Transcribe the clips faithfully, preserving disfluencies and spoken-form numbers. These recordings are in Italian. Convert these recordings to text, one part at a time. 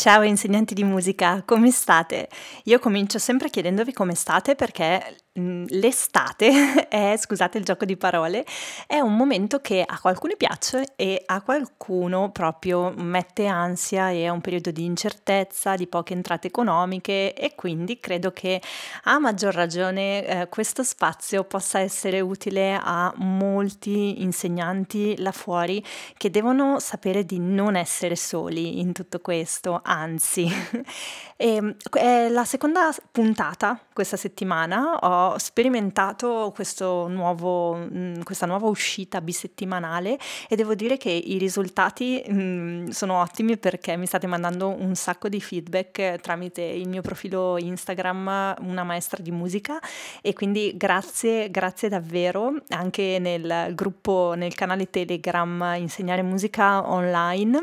Ciao insegnanti di musica, come state? Io comincio sempre chiedendovi come state perché mm, l'estate è, scusate il gioco di parole, è un momento che a qualcuno piace e a qualcuno proprio mette ansia e è un periodo di incertezza, di poche entrate economiche e quindi credo che a maggior ragione eh, questo spazio possa essere utile a molti insegnanti là fuori che devono sapere di non essere soli in tutto questo, anzi. Ehm, è la seconda s- puntata questa settimana, ho sperimentato questo nuovo, mm, questa nuova uscita bisettimanale e devo dire che i risultati mm, sono ottimi perché mi state mandando un sacco di feedback eh, tramite il mio profilo Instagram, una maestra di musica, e quindi grazie, grazie davvero anche nel gruppo, nel canale Telegram Insegnare Musica Online.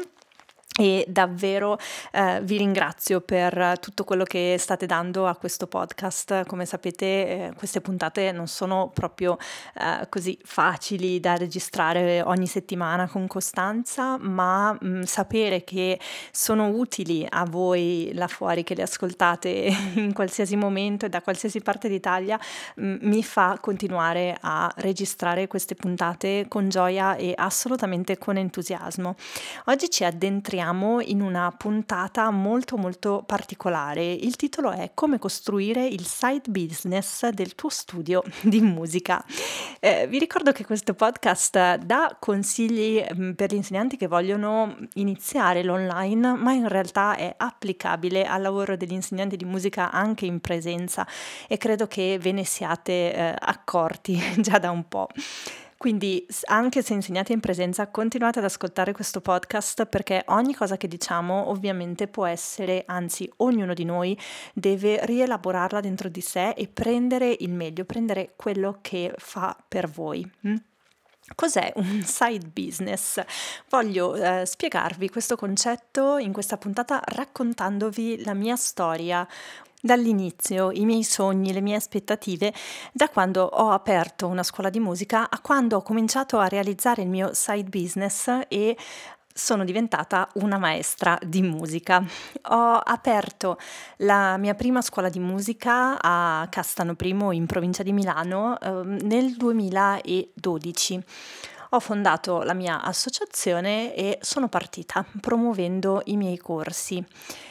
E davvero eh, vi ringrazio per tutto quello che state dando a questo podcast. Come sapete, eh, queste puntate non sono proprio eh, così facili da registrare ogni settimana con costanza, ma mh, sapere che sono utili a voi là fuori che le ascoltate in qualsiasi momento e da qualsiasi parte d'Italia mh, mi fa continuare a registrare queste puntate con gioia e assolutamente con entusiasmo. Oggi ci addentriamo in una puntata molto molto particolare. Il titolo è Come costruire il side business del tuo studio di musica. Eh, vi ricordo che questo podcast dà consigli mm, per gli insegnanti che vogliono iniziare l'online, ma in realtà è applicabile al lavoro degli insegnanti di musica anche in presenza e credo che ve ne siate eh, accorti già da un po'. Quindi s- anche se insegnate in presenza, continuate ad ascoltare questo podcast perché ogni cosa che diciamo ovviamente può essere, anzi ognuno di noi deve rielaborarla dentro di sé e prendere il meglio, prendere quello che fa per voi. mm? Cos'è un side business? Voglio eh, spiegarvi questo concetto in questa puntata raccontandovi la mia storia dall'inizio, i miei sogni, le mie aspettative, da quando ho aperto una scuola di musica a quando ho cominciato a realizzare il mio side business e sono diventata una maestra di musica. Ho aperto la mia prima scuola di musica a Castano Primo in provincia di Milano ehm, nel duemiladodici. Ho fondato la mia associazione e sono partita promuovendo i miei corsi.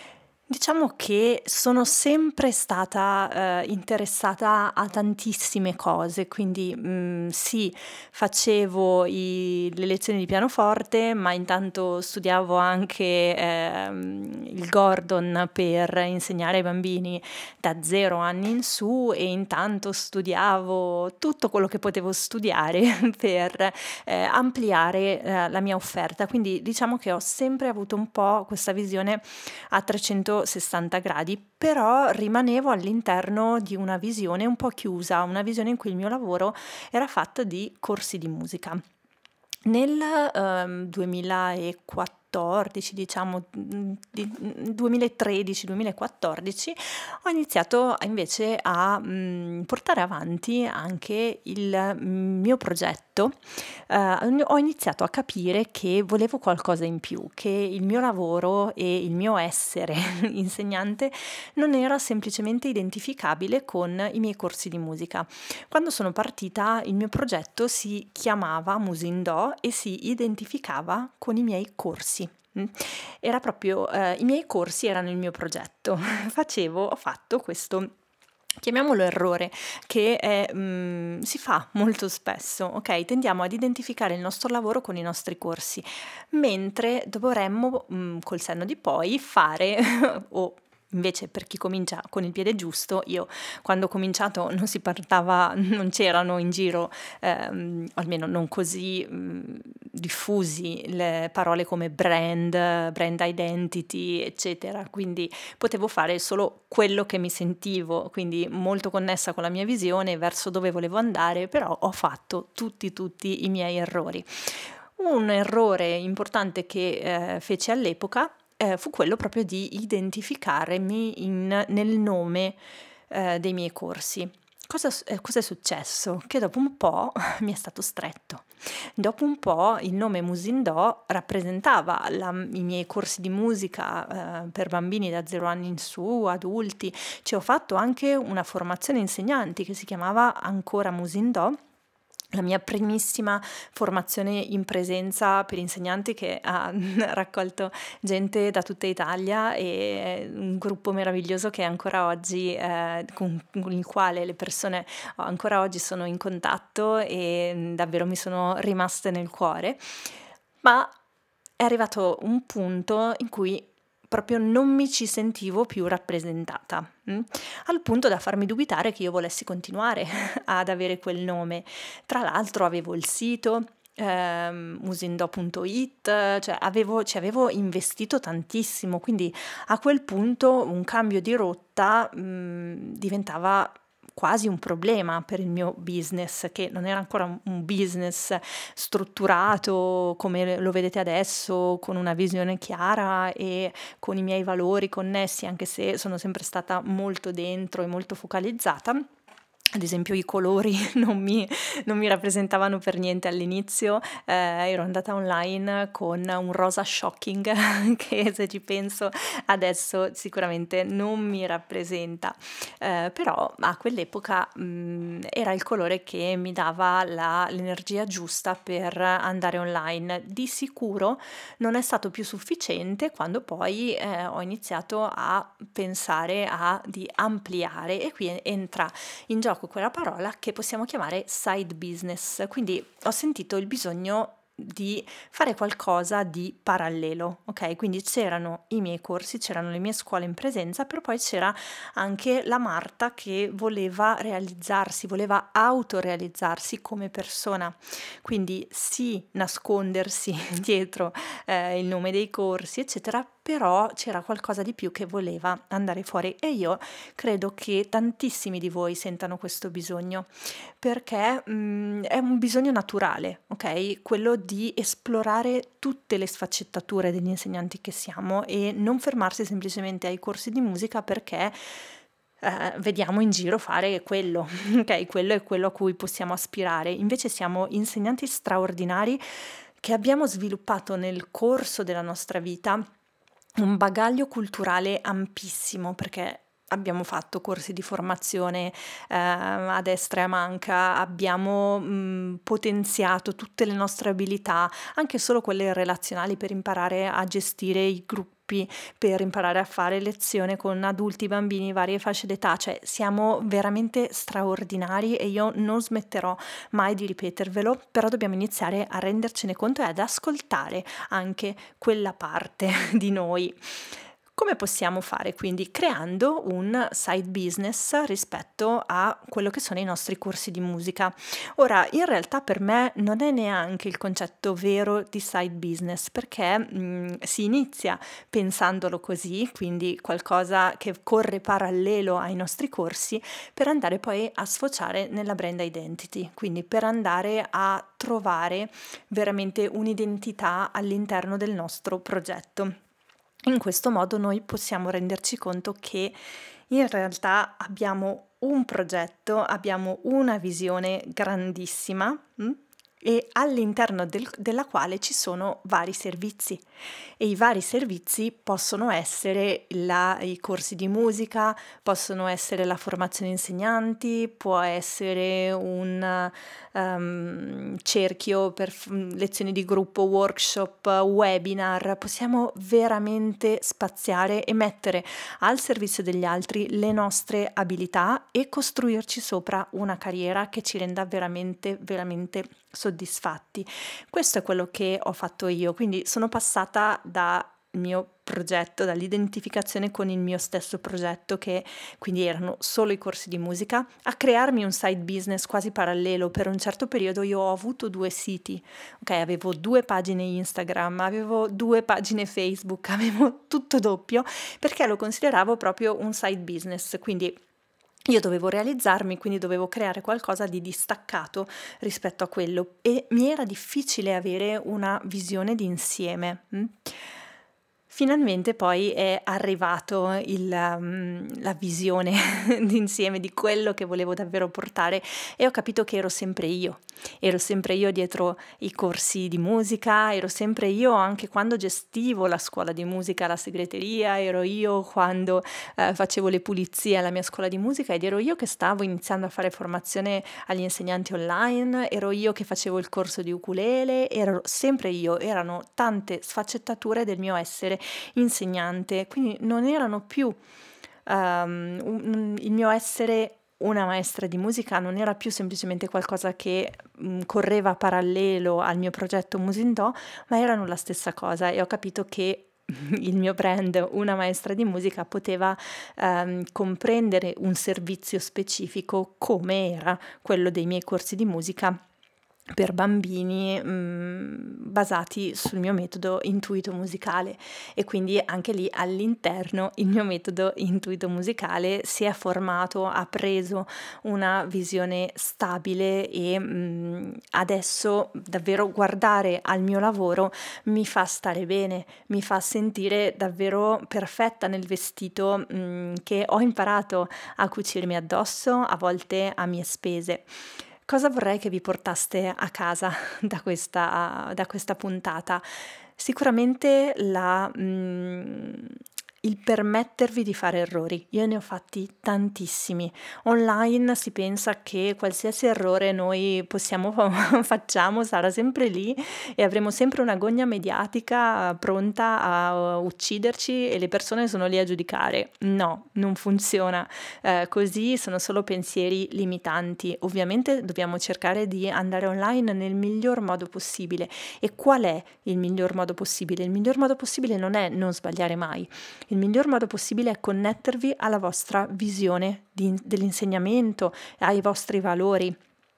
Diciamo che sono sempre stata eh, interessata a tantissime cose, quindi mm, sì, facevo i- le lezioni di pianoforte, ma intanto studiavo anche ehm, il Gordon per insegnare ai bambini da zero anni in su e intanto studiavo tutto quello che potevo studiare per eh, ampliare eh, la mia offerta. Quindi diciamo che ho sempre avuto un po' questa visione a trecentosessanta gradi, però rimanevo all'interno di una visione un po' chiusa, una visione in cui il mio lavoro era fatto di corsi di musica. Nel ehm, duemilaquattordici, diciamo mm, di- duemilatredici-duemilaquattordici, ho iniziato invece a mm, portare avanti anche il mio progetto. Eh, ho iniziato a capire che volevo qualcosa in più, che il mio lavoro e il mio essere insegnante non era semplicemente identificabile con i miei corsi di musica. Quando sono partita, il mio progetto si chiamava Musindò e si identificava con i miei corsi. mm. Era proprio, eh, i miei corsi erano il mio progetto. Facevo, ho fatto questo, chiamiamolo errore, che è, mm, si fa molto spesso, ok? Tendiamo ad identificare il nostro lavoro con i nostri corsi, mentre dovremmo, mm, col senno di poi, fare o invece per chi comincia con il piede giusto, io quando ho cominciato non si parlava, non c'erano in giro, ehm, o almeno non così mh, diffusi, le parole come brand, brand identity, eccetera. Quindi potevo fare solo quello che mi sentivo, quindi molto connessa con la mia visione verso dove volevo andare, però ho fatto tutti, tutti i miei errori. Un errore importante che eh, feci all'epoca eh, fu quello proprio di identificarmi in- nel nome eh, dei miei corsi. Cosa s ehm, cos'è successo? Che dopo un po' mi è stato stretto. Dopo un po' il nome Musindò rappresentava la m i miei corsi di musica, ehm, per bambini da zero anni in su, adulti. Ci ho fatto anche una formazione insegnanti che si chiamava ancora Musindò, la mia primissima formazione in presenza per insegnanti che ha raccolto gente da tutta Italia e è un gruppo meraviglioso che ancora oggi, ehm, con con il quale le persone ancora oggi sono in contatto e, mhmm, davvero mi sono rimaste nel cuore. Ma è arrivato un punto in cui proprio non mi ci sentivo più rappresentata, mh, al punto da farmi dubitare che io volessi continuare ad avere quel nome. Tra l'altro avevo il sito, ehm, musindò punto it, cioè avevo ci avevo investito tantissimo, quindi a quel punto un cambio di rotta, mhmm, diventava quasi un problema per il mio business, che non era ancora un un business strutturato come lo vedete adesso, con una visione chiara e con i miei valori connessi, anche se sono sempre stata molto dentro e molto focalizzata. Ad esempio i colori non mi non mi rappresentavano per niente all'inizio, ehm, ero andata online con un rosa shocking che se ci penso adesso sicuramente non mi rappresenta, ehm, però a quell'epoca, mhmm, era il colore che mi dava la l'energia giusta per andare online. Di sicuro non è stato più sufficiente quando poi, ehm, ho iniziato a pensare a di ampliare e qui e entra in gioco quella parola che possiamo chiamare side business. Quindi ho sentito il bisogno di fare qualcosa di parallelo, ok? Quindi c'erano i miei corsi, c'erano le mie scuole in presenza, però poi c'era anche la Marta che voleva realizzarsi, voleva autorealizzarsi come persona. Quindi sì, nascondersi dietro eh, il nome dei corsi, eccetera, però c'era qualcosa di più che voleva andare fuori e io credo che tantissimi di voi sentano questo bisogno, perché, mhmm, è un bisogno naturale, okay, quello di esplorare tutte le sfaccettature degli insegnanti che siamo e non fermarsi semplicemente ai corsi di musica perché, ehm, vediamo in giro fare quello, okay, quello è quello a cui possiamo aspirare. Invece siamo insegnanti straordinari che abbiamo sviluppato nel corso della nostra vita un bagaglio culturale ampissimo, perché abbiamo fatto corsi di formazione, ehm, a destra e a manca, abbiamo, mhmm, potenziato tutte le nostre abilità, anche solo quelle relazionali per imparare a gestire i gruppi, per imparare a fare lezione con adulti, bambini, varie fasce d'età, cioè siamo veramente straordinari e io non smetterò mai di ripetervelo, però dobbiamo iniziare a rendercene conto e ad ascoltare anche quella parte di noi. Come possiamo fare quindi? Creando un side business rispetto a quello che sono i nostri corsi di musica. Ora, in realtà per me non è neanche il concetto vero di side business perché mh, si inizia pensandolo così, quindi qualcosa che corre parallelo ai nostri corsi, per andare poi a sfociare nella brand identity, quindi per andare a trovare veramente un'identità all'interno del nostro progetto. In questo modo noi possiamo renderci conto che in realtà abbiamo un progetto, abbiamo una visione grandissima, mm? E all'interno del- della quale ci sono vari servizi e i vari servizi possono essere la- i corsi di musica, possono essere la formazione insegnanti, può essere un ehm, cerchio per f- lezioni di gruppo, workshop, webinar, possiamo veramente spaziare e mettere al servizio degli altri le nostre abilità e costruirci sopra una carriera che ci renda veramente, veramente soddisfatti. Questo è quello che ho fatto io, quindi sono passata dal mio progetto, dall'identificazione con il mio stesso progetto, che quindi erano solo i corsi di musica, a crearmi un side business quasi parallelo. Per un certo periodo io ho avuto due siti, ok? Avevo due pagine Instagram, avevo due pagine Facebook, avevo tutto doppio perché lo consideravo proprio un side business, quindi io dovevo realizzarmi, quindi dovevo creare qualcosa di distaccato rispetto a quello e mi era difficile avere una visione d'insieme. mm? Finalmente poi è arrivato il mhmm, la visione d'insieme di quello che volevo davvero portare e ho capito che ero sempre io. Ero sempre io dietro i corsi di musica, ero sempre io anche quando gestivo la scuola di musica, la segreteria, ero io quando, ehm, facevo le pulizie alla mia scuola di musica ed ero io che stavo iniziando a fare formazione agli insegnanti online, ero io che facevo il corso di ukulele, ero sempre io, erano tante sfaccettature del mio essere insegnante, quindi non erano più ehm, un- il mio essere una maestra di musica non era più semplicemente qualcosa che mh, correva parallelo al mio progetto Musindò, ma erano la stessa cosa e ho capito che il mio brand, una maestra di musica, poteva ehm, comprendere un servizio specifico come era quello dei miei corsi di musica per bambini, mhmm, basati sul mio metodo intuito musicale e quindi anche lì all'interno il mio metodo intuito musicale si è formato, ha preso una visione stabile e, mhmm, adesso davvero guardare al mio lavoro mi fa stare bene, mi fa sentire davvero perfetta nel vestito, mhmm, che ho imparato a cucirmi addosso, a volte a mie spese. Cosa vorrei che vi portaste a casa da questa da questa puntata? Sicuramente la mhmm, il permettervi di fare errori. Io ne ho fatti tantissimi. Online si pensa che qualsiasi errore noi possiamo facciamo sarà sempre lì e avremo sempre una gogna mediatica pronta a ucciderci e le persone sono lì a giudicare. No, non funziona. Eh, così sono solo pensieri limitanti. Ovviamente dobbiamo cercare di andare online nel miglior modo possibile. E qual è il miglior modo possibile? Il miglior modo possibile non è non sbagliare mai. Il miglior modo possibile è connettervi alla vostra visione di- dell'insegnamento, ai vostri valori.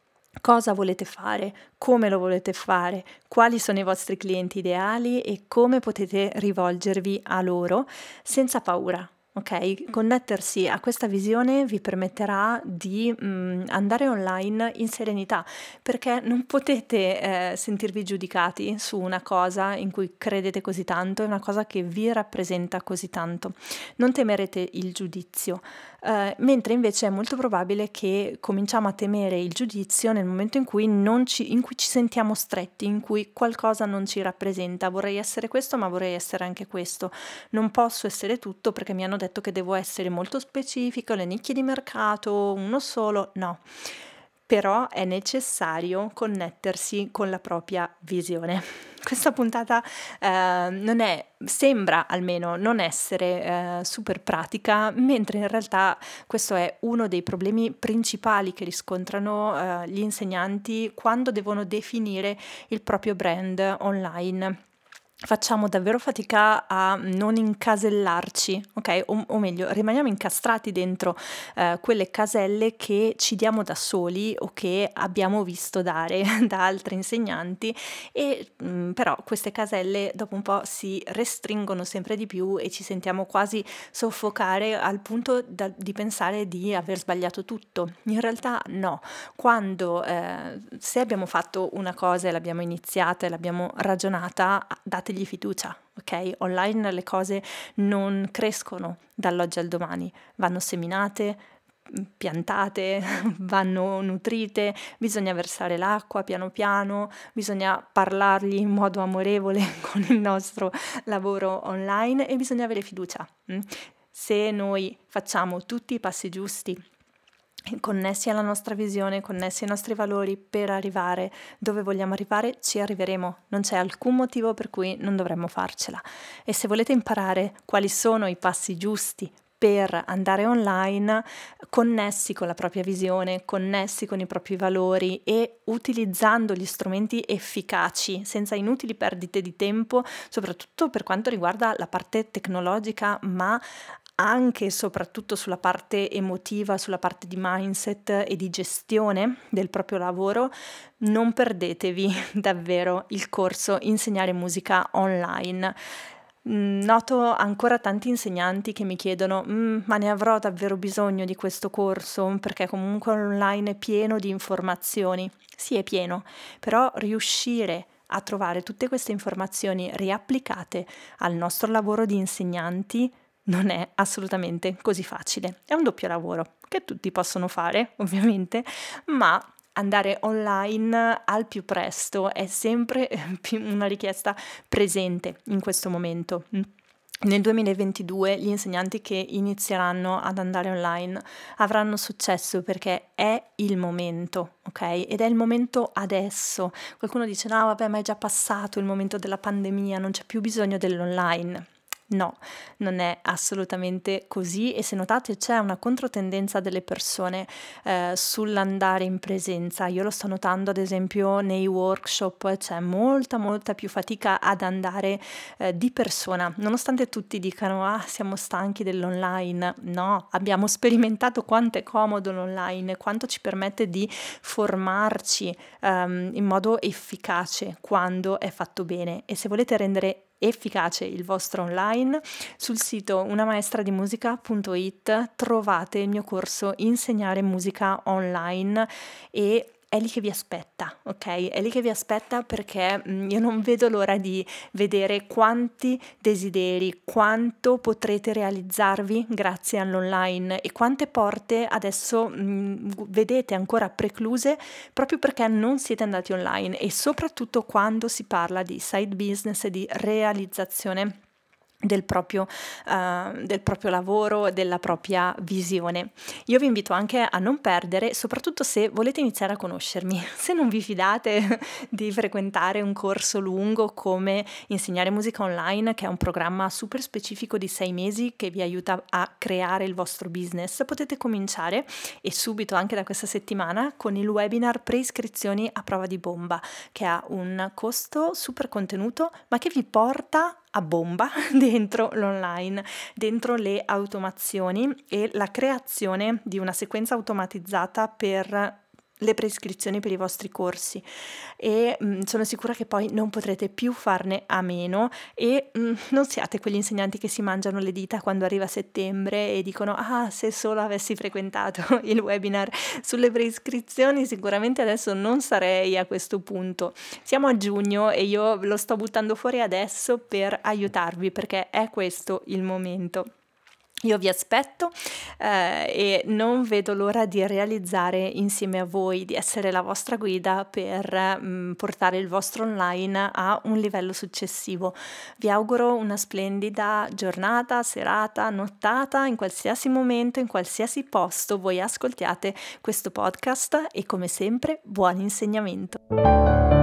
Cosa volete fare, come lo volete fare, quali sono i vostri clienti ideali e come potete rivolgervi a loro senza paura. Ok, connettersi a questa visione vi permetterà di mm, andare online in serenità, perché non potete eh, sentirvi giudicati su una cosa in cui credete così tanto, è una cosa che vi rappresenta così tanto. Non temerete il giudizio, eh, mentre invece è molto probabile che cominciamo a temere il giudizio nel momento in cui, non ci, in cui ci sentiamo stretti, in cui qualcosa non ci rappresenta. Vorrei essere questo, ma vorrei essere anche questo. Non posso essere tutto perché mi hanno detto che devo essere molto specifico, le nicchie di mercato, uno solo. No. Però è necessario connettersi con la propria visione. Questa puntata eh, non è, sembra almeno non essere eh, super pratica, mentre in realtà questo è uno dei problemi principali che riscontrano eh, gli insegnanti quando devono definire il proprio brand online. Facciamo davvero fatica a non incasellarci, ok? O, o meglio, rimaniamo incastrati dentro eh, quelle caselle che ci diamo da soli o che abbiamo visto dare da altri insegnanti e mh, però queste caselle dopo un po' si restringono sempre di più e ci sentiamo quasi soffocare al punto da, di pensare di aver sbagliato tutto. In realtà no, quando eh, se abbiamo fatto una cosa e l'abbiamo iniziata e l'abbiamo ragionata, dategli fiducia, ok? Online le cose non crescono dall'oggi al domani, vanno seminate, piantate, vanno nutrite, bisogna versare l'acqua piano piano, bisogna parlargli in modo amorevole con il nostro lavoro online e bisogna avere fiducia. mm? Se noi facciamo tutti i passi giusti, connessi alla nostra visione, connessi ai nostri valori per arrivare dove vogliamo arrivare, ci arriveremo. Non c'è alcun motivo per cui non dovremmo farcela. E se volete imparare quali sono i passi giusti per andare online, connessi con la propria visione, connessi con i propri valori e utilizzando gli strumenti efficaci, senza inutili perdite di tempo, soprattutto per quanto riguarda la parte tecnologica, ma anche e soprattutto sulla parte emotiva, sulla parte di mindset e di gestione del proprio lavoro, non perdetevi davvero il corso Insegnare musica online. Noto ancora tanti insegnanti che mi chiedono "Mm, ma ne avrò davvero bisogno di questo corso? Perché comunque online è pieno di informazioni." Sì, è pieno, però riuscire a trovare tutte queste informazioni riapplicate al nostro lavoro di insegnanti non è assolutamente così facile. È un doppio lavoro che tutti possono fare, ovviamente, ma andare online al più presto è sempre una richiesta presente in questo momento. Nel duemilaventidue gli insegnanti che inizieranno ad andare online avranno successo perché è il momento, ok? Ed è il momento adesso. Qualcuno dice no, vabbè, ma è già passato il momento della pandemia, non c'è più bisogno dell'online. No, non è assolutamente così e se notate c'è una controtendenza delle persone eh, sull'andare in presenza. Io lo sto notando ad esempio nei workshop, c'è molta molta più fatica ad andare eh, di persona, nonostante tutti dicano ah siamo stanchi dell'online. No, abbiamo sperimentato quanto è comodo l'online, quanto ci permette di formarci um, in modo efficace quando è fatto bene e se volete rendere efficace il vostro online, sul sito unamaestradimusica punto it trovate il mio corso Insegnare musica online e è lì che vi aspetta, ok? È lì che vi aspetta perché mh, io non vedo l'ora di vedere quanti desideri, quanto potrete realizzarvi grazie all'online e quante porte adesso mh, vedete ancora precluse proprio perché non siete andati online e soprattutto quando si parla di side business e di realizzazione del proprio, uh, del proprio lavoro, della propria visione. Io vi invito anche a non perdere, soprattutto se volete iniziare a conoscermi. Se non vi fidate di frequentare un corso lungo come Insegnare musica online, che è un programma super specifico di sei mesi che vi aiuta a creare il vostro business, potete cominciare e subito anche da questa settimana con il webinar Preiscrizioni a prova di bomba, che ha un costo super contenuto ma che vi porta a bomba dentro l'online, dentro le automazioni e la creazione di una sequenza automatizzata per le prescrizioni per i vostri corsi e mh, sono sicura che poi non potrete più farne a meno e mh, non siate quegli insegnanti che si mangiano le dita quando arriva settembre e dicono ah se solo avessi frequentato il webinar sulle prescrizioni sicuramente adesso non sarei a questo punto. Siamo a giugno e io lo sto buttando fuori adesso per aiutarvi perché è questo il momento. Io vi aspetto eh, e non vedo l'ora di realizzare insieme a voi, di essere la vostra guida per mh, portare il vostro online a un livello successivo. Vi auguro una splendida giornata, serata, nottata, in qualsiasi momento, in qualsiasi posto voi ascoltiate questo podcast e come sempre buon insegnamento.